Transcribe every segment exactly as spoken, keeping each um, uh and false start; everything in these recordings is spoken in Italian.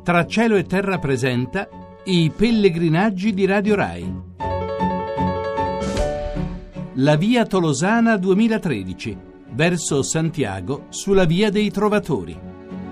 Tra cielo e terra presenta i pellegrinaggi di Radio Rai. La via Tolosana duemilatredici, verso Santiago sulla via dei Trovatori.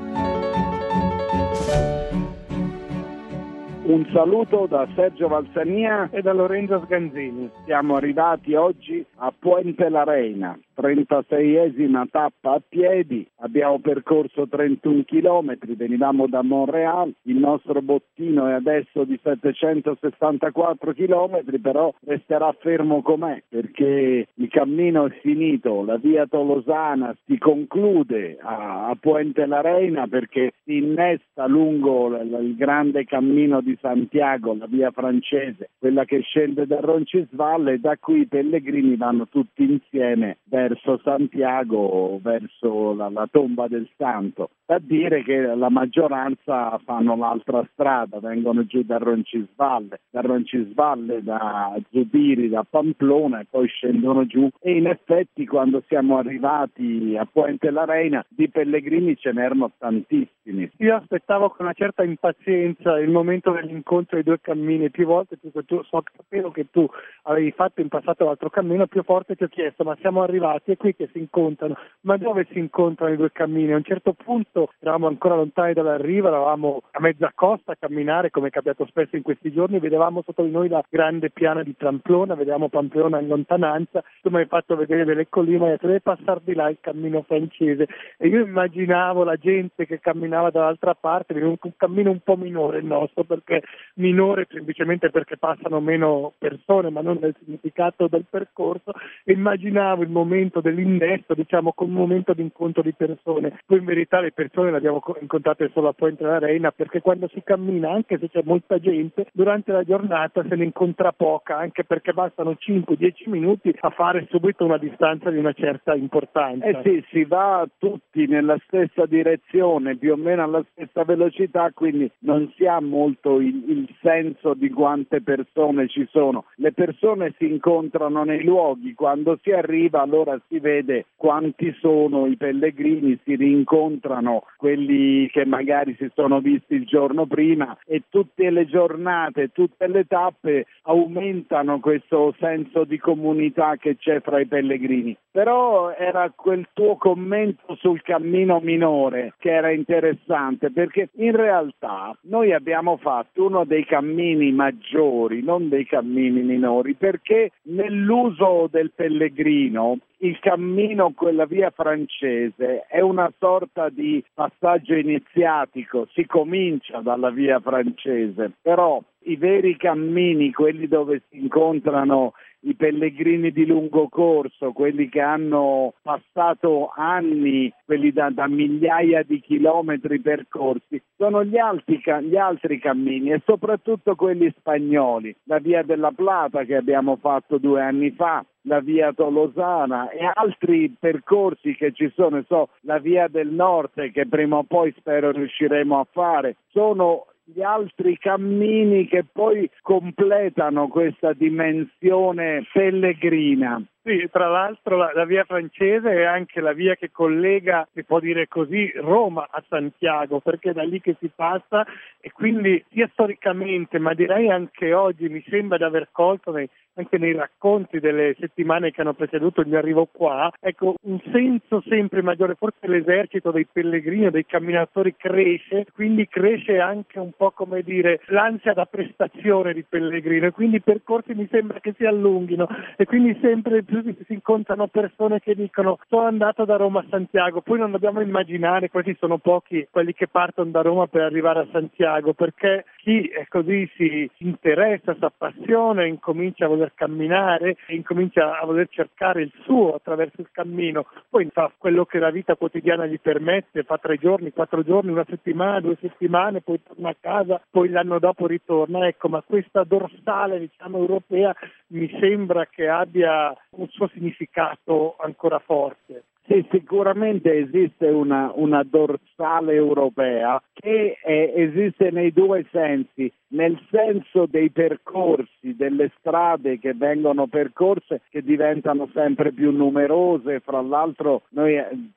Un saluto da Sergio Valsania e da Lorenzo Sganzini. Siamo arrivati oggi a Puente la Reina, trentaseiesima tappa a piedi. Abbiamo percorso trentuno chilometri, venivamo da Montréal. Il nostro bottino è adesso di settecentosessantaquattro chilometri, però resterà fermo com'è, perché il cammino è finito. La via Tolosana si conclude a, a Puente la Reina perché si innesta lungo l- l- il grande cammino di Santiago, la via francese, quella che scende da Roncisvalle, e da qui i pellegrini vanno tutti insieme verso Santiago, verso la, la tomba del santo. Da dire che la maggioranza fanno l'altra strada, vengono giù da Roncisvalle, da Roncisvalle, da Zubiri, da Pamplona, e poi scendono giù. E in effetti quando siamo arrivati a Puente la Reina di pellegrini ce n'erano tantissimi. Io aspettavo con una certa impazienza il momento dell'incontro dei due cammini. Più volte, più che tu, so, sapevo che tu avevi fatto in passato l'altro cammino, più volte ti ho chiesto: ma siamo arrivati, è qui che si incontrano? Ma dove si incontrano i due cammini? A un certo punto eravamo ancora lontani dalla riva, eravamo a mezza costa a camminare, come è capitato spesso in questi giorni, vedevamo sotto di noi la grande piana di Pamplona, vedevamo Pamplona in lontananza. Tu mi hai fatto vedere delle colline, hai detto: deve passare di là il cammino francese. E io immaginavo la gente che camminava dall'altra parte, un, un cammino un po' minore il nostro, perché minore semplicemente perché passano meno persone, ma non nel significato del percorso. E immaginavo il momento dell'innesto, diciamo, come un momento di incontro di persone. Poi in verità le persone le abbiamo incontrate solo a Puente la Reina, perché quando si cammina, anche se c'è molta gente, durante la giornata se ne incontra poca, anche perché bastano cinque dieci minuti a fare subito una distanza di una certa importanza. Eh sì, si va tutti nella stessa direzione, più o meno alla stessa velocità, quindi non si ha molto il, il senso di quante persone ci sono. Le persone si incontrano nei luoghi, quando si arriva allora si vede quanti sono i pellegrini, si rincontrano quelli che magari si sono visti il giorno prima, e tutte le giornate, tutte le tappe aumentano questo senso di comunità che c'è fra i pellegrini. Però era quel tuo commento sul cammino minore che era interessante, perché in realtà noi abbiamo fatto uno dei cammini maggiori, non dei cammini minori, perché nell'uso del pellegrino il cammino, quella via francese, è una sorta di passaggio iniziatico. Si comincia dalla via francese, però i veri cammini, quelli dove si incontrano i pellegrini di lungo corso, quelli che hanno passato anni, quelli da, da migliaia di chilometri percorsi, sono gli altri, gli altri cammini, e soprattutto quelli spagnoli, la via della Plata che abbiamo fatto due anni fa, la via Tolosana e altri percorsi che ci sono, so, la via del Nord che prima o poi spero riusciremo a fare. Sono gli altri cammini che poi completano questa dimensione pellegrina. Sì, tra l'altro la, la via francese è anche la via che collega, si può dire così, Roma a Santiago, perché è da lì che si passa, e quindi sia storicamente, ma direi anche oggi, mi sembra di aver colto nei, anche nei racconti delle settimane che hanno preceduto il mio arrivo qua, ecco, un senso sempre maggiore. Forse l'esercito dei pellegrini, dei camminatori cresce, quindi cresce anche un po', come dire, l'ansia da prestazione di pellegrino, e quindi i percorsi mi sembra che si allunghino, e quindi sempre più si incontrano persone che dicono: sono andato da Roma a Santiago. Poi non dobbiamo immaginare, questi sono pochi quelli che partono da Roma per arrivare a Santiago, perché chi è così si interessa, si appassiona, incomincia a voler camminare, incomincia a voler cercare il suo attraverso il cammino, poi fa quello che la vita quotidiana gli permette, fa tre giorni, quattro giorni, una settimana, due settimane, poi torna a casa, poi l'anno dopo ritorna. Ecco, ma questa dorsale, diciamo, europea mi sembra che abbia un suo significato ancora forte. Sì, sicuramente esiste una, una dorsale europea che è, esiste nei due sensi, nel senso dei percorsi, delle strade che vengono percorse, che diventano sempre più numerose. Fra l'altro noi tutti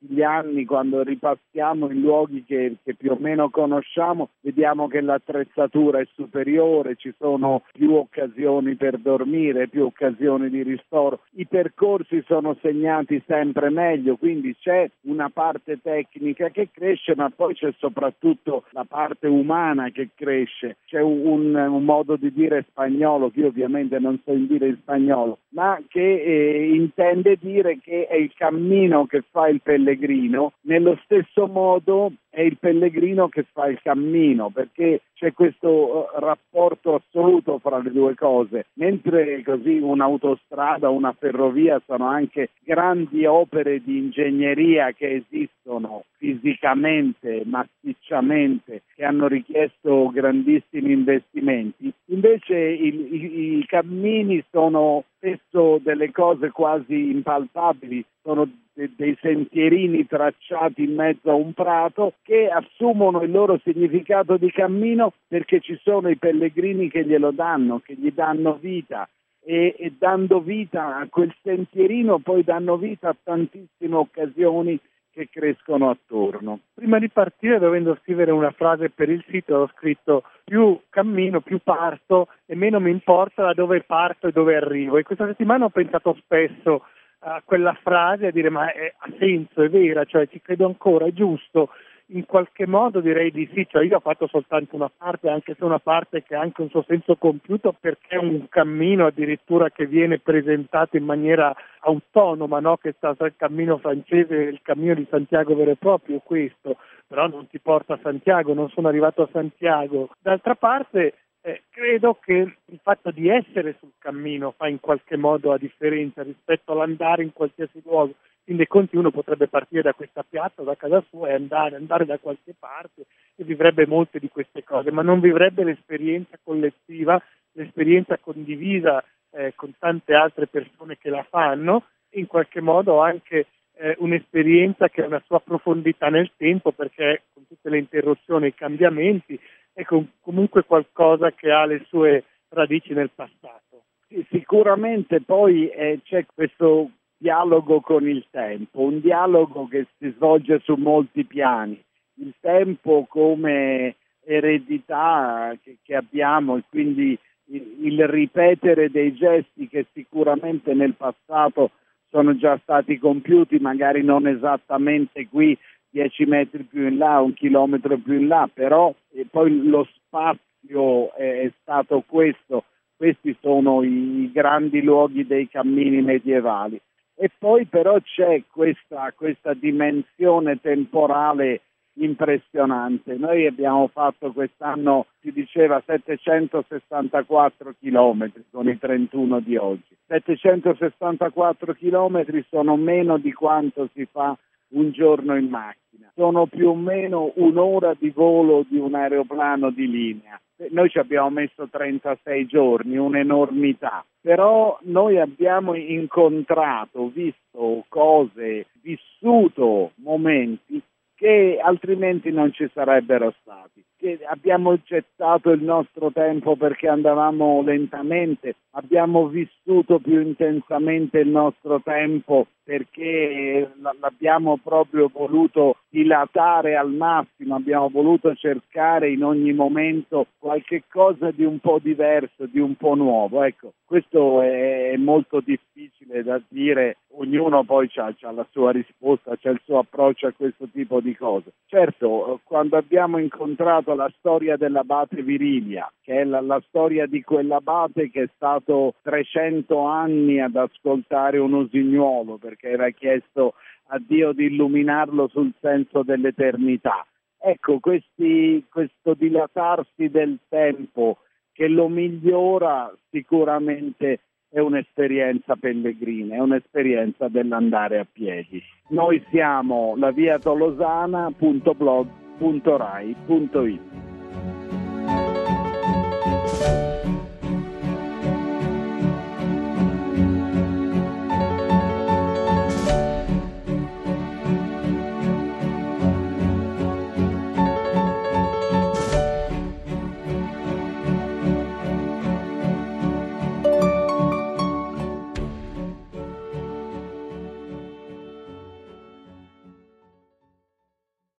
gli anni, quando ripassiamo in luoghi che, che più o meno conosciamo, vediamo che l'attrezzatura è superiore, ci sono più occasioni per dormire, più occasioni di ristoro, i percorsi sono segnati sempre meglio, quindi c'è una parte tecnica che cresce, ma poi c'è soprattutto la parte umana che cresce. C'è un, un modo di dire spagnolo, che io ovviamente non so dire in spagnolo, ma che eh, intende dire che è il cammino che fa il pellegrino, nello stesso modo è il pellegrino che fa il cammino, perché c'è questo uh, rapporto assoluto fra le due cose, mentre così un'autostrada, una ferrovia sono anche grandi opere di ingegneria che esistono fisicamente, massicciamente, che hanno richiesto grandissimi investimenti, invece il, i, i cammini sono spesso delle cose quasi impalpabili, sono de, dei sentierini tracciati in mezzo a un prato che assumono il loro significato di cammino perché ci sono i pellegrini che glielo danno, che gli danno vita e, e dando vita a quel sentierino poi danno vita a tantissime occasioni che crescono attorno. Prima di partire, dovendo scrivere una frase per il sito, ho scritto più cammino, più parto e meno mi importa da dove parto e dove arrivo. E questa settimana ho pensato spesso a quella frase, a dire ma è, ha senso, è vera, cioè ci credo ancora, è giusto. In qualche modo direi di sì, cioè io ho fatto soltanto una parte, anche se una parte che ha anche un suo senso compiuto, perché è un cammino addirittura che viene presentato in maniera autonoma, no? Che sta il cammino francese, il cammino di Santiago vero e proprio, questo, però non ti porta a Santiago, non sono arrivato a Santiago. D'altra parte eh, credo che il fatto di essere sul cammino fa in qualche modo la differenza rispetto all'andare in qualsiasi luogo. In dei conti uno potrebbe partire da questa piazza, da casa sua e andare, andare da qualche parte e vivrebbe molte di queste cose, ma non vivrebbe l'esperienza collettiva, l'esperienza condivisa eh, con tante altre persone che la fanno, e in qualche modo anche eh, un'esperienza che ha una sua profondità nel tempo, perché con tutte le interruzioni e i cambiamenti è com- comunque qualcosa che ha le sue radici nel passato. Sì, sicuramente poi eh, c'è questo dialogo con il tempo, un dialogo che si svolge su molti piani. Il tempo come eredità che, che abbiamo e quindi il, il ripetere dei gesti che sicuramente nel passato sono già stati compiuti, magari non esattamente qui dieci metri più in là, un chilometro più in là, però e poi lo spazio è, è stato questo, questi sono i, i grandi luoghi dei cammini medievali. E poi però c'è questa, questa dimensione temporale impressionante. Noi abbiamo fatto quest'anno, si diceva, settecentosessantaquattro chilometri con i trentuno di oggi. settecentosessantaquattro chilometri sono meno di quanto si fa un giorno in macchina. Sono più o meno un'ora di volo di un aeroplano di linea. Noi ci abbiamo messo trentasei giorni, un'enormità, però noi abbiamo incontrato, visto cose, vissuto momenti che altrimenti non ci sarebbero stati. Che abbiamo gettato il nostro tempo perché andavamo lentamente, abbiamo vissuto più intensamente il nostro tempo perché l'abbiamo proprio voluto dilatare al massimo, abbiamo voluto cercare in ogni momento qualche cosa di un po' diverso, di un po' nuovo. Ecco, questo è molto difficile da dire, ognuno poi ha la sua risposta, c'ha il suo approccio a questo tipo di cose. Certo, quando abbiamo incontrato la storia dell'abate Virilia, che è la, la storia di quell'abate che è stato trecento anni ad ascoltare un usignuolo perché era chiesto a Dio di illuminarlo sul senso dell'eternità. Ecco, questi, questo dilatarsi del tempo che lo migliora sicuramente è un'esperienza pellegrina, è un'esperienza dell'andare a piedi. Noi siamo la via tolosana punto blog punto rai punto it.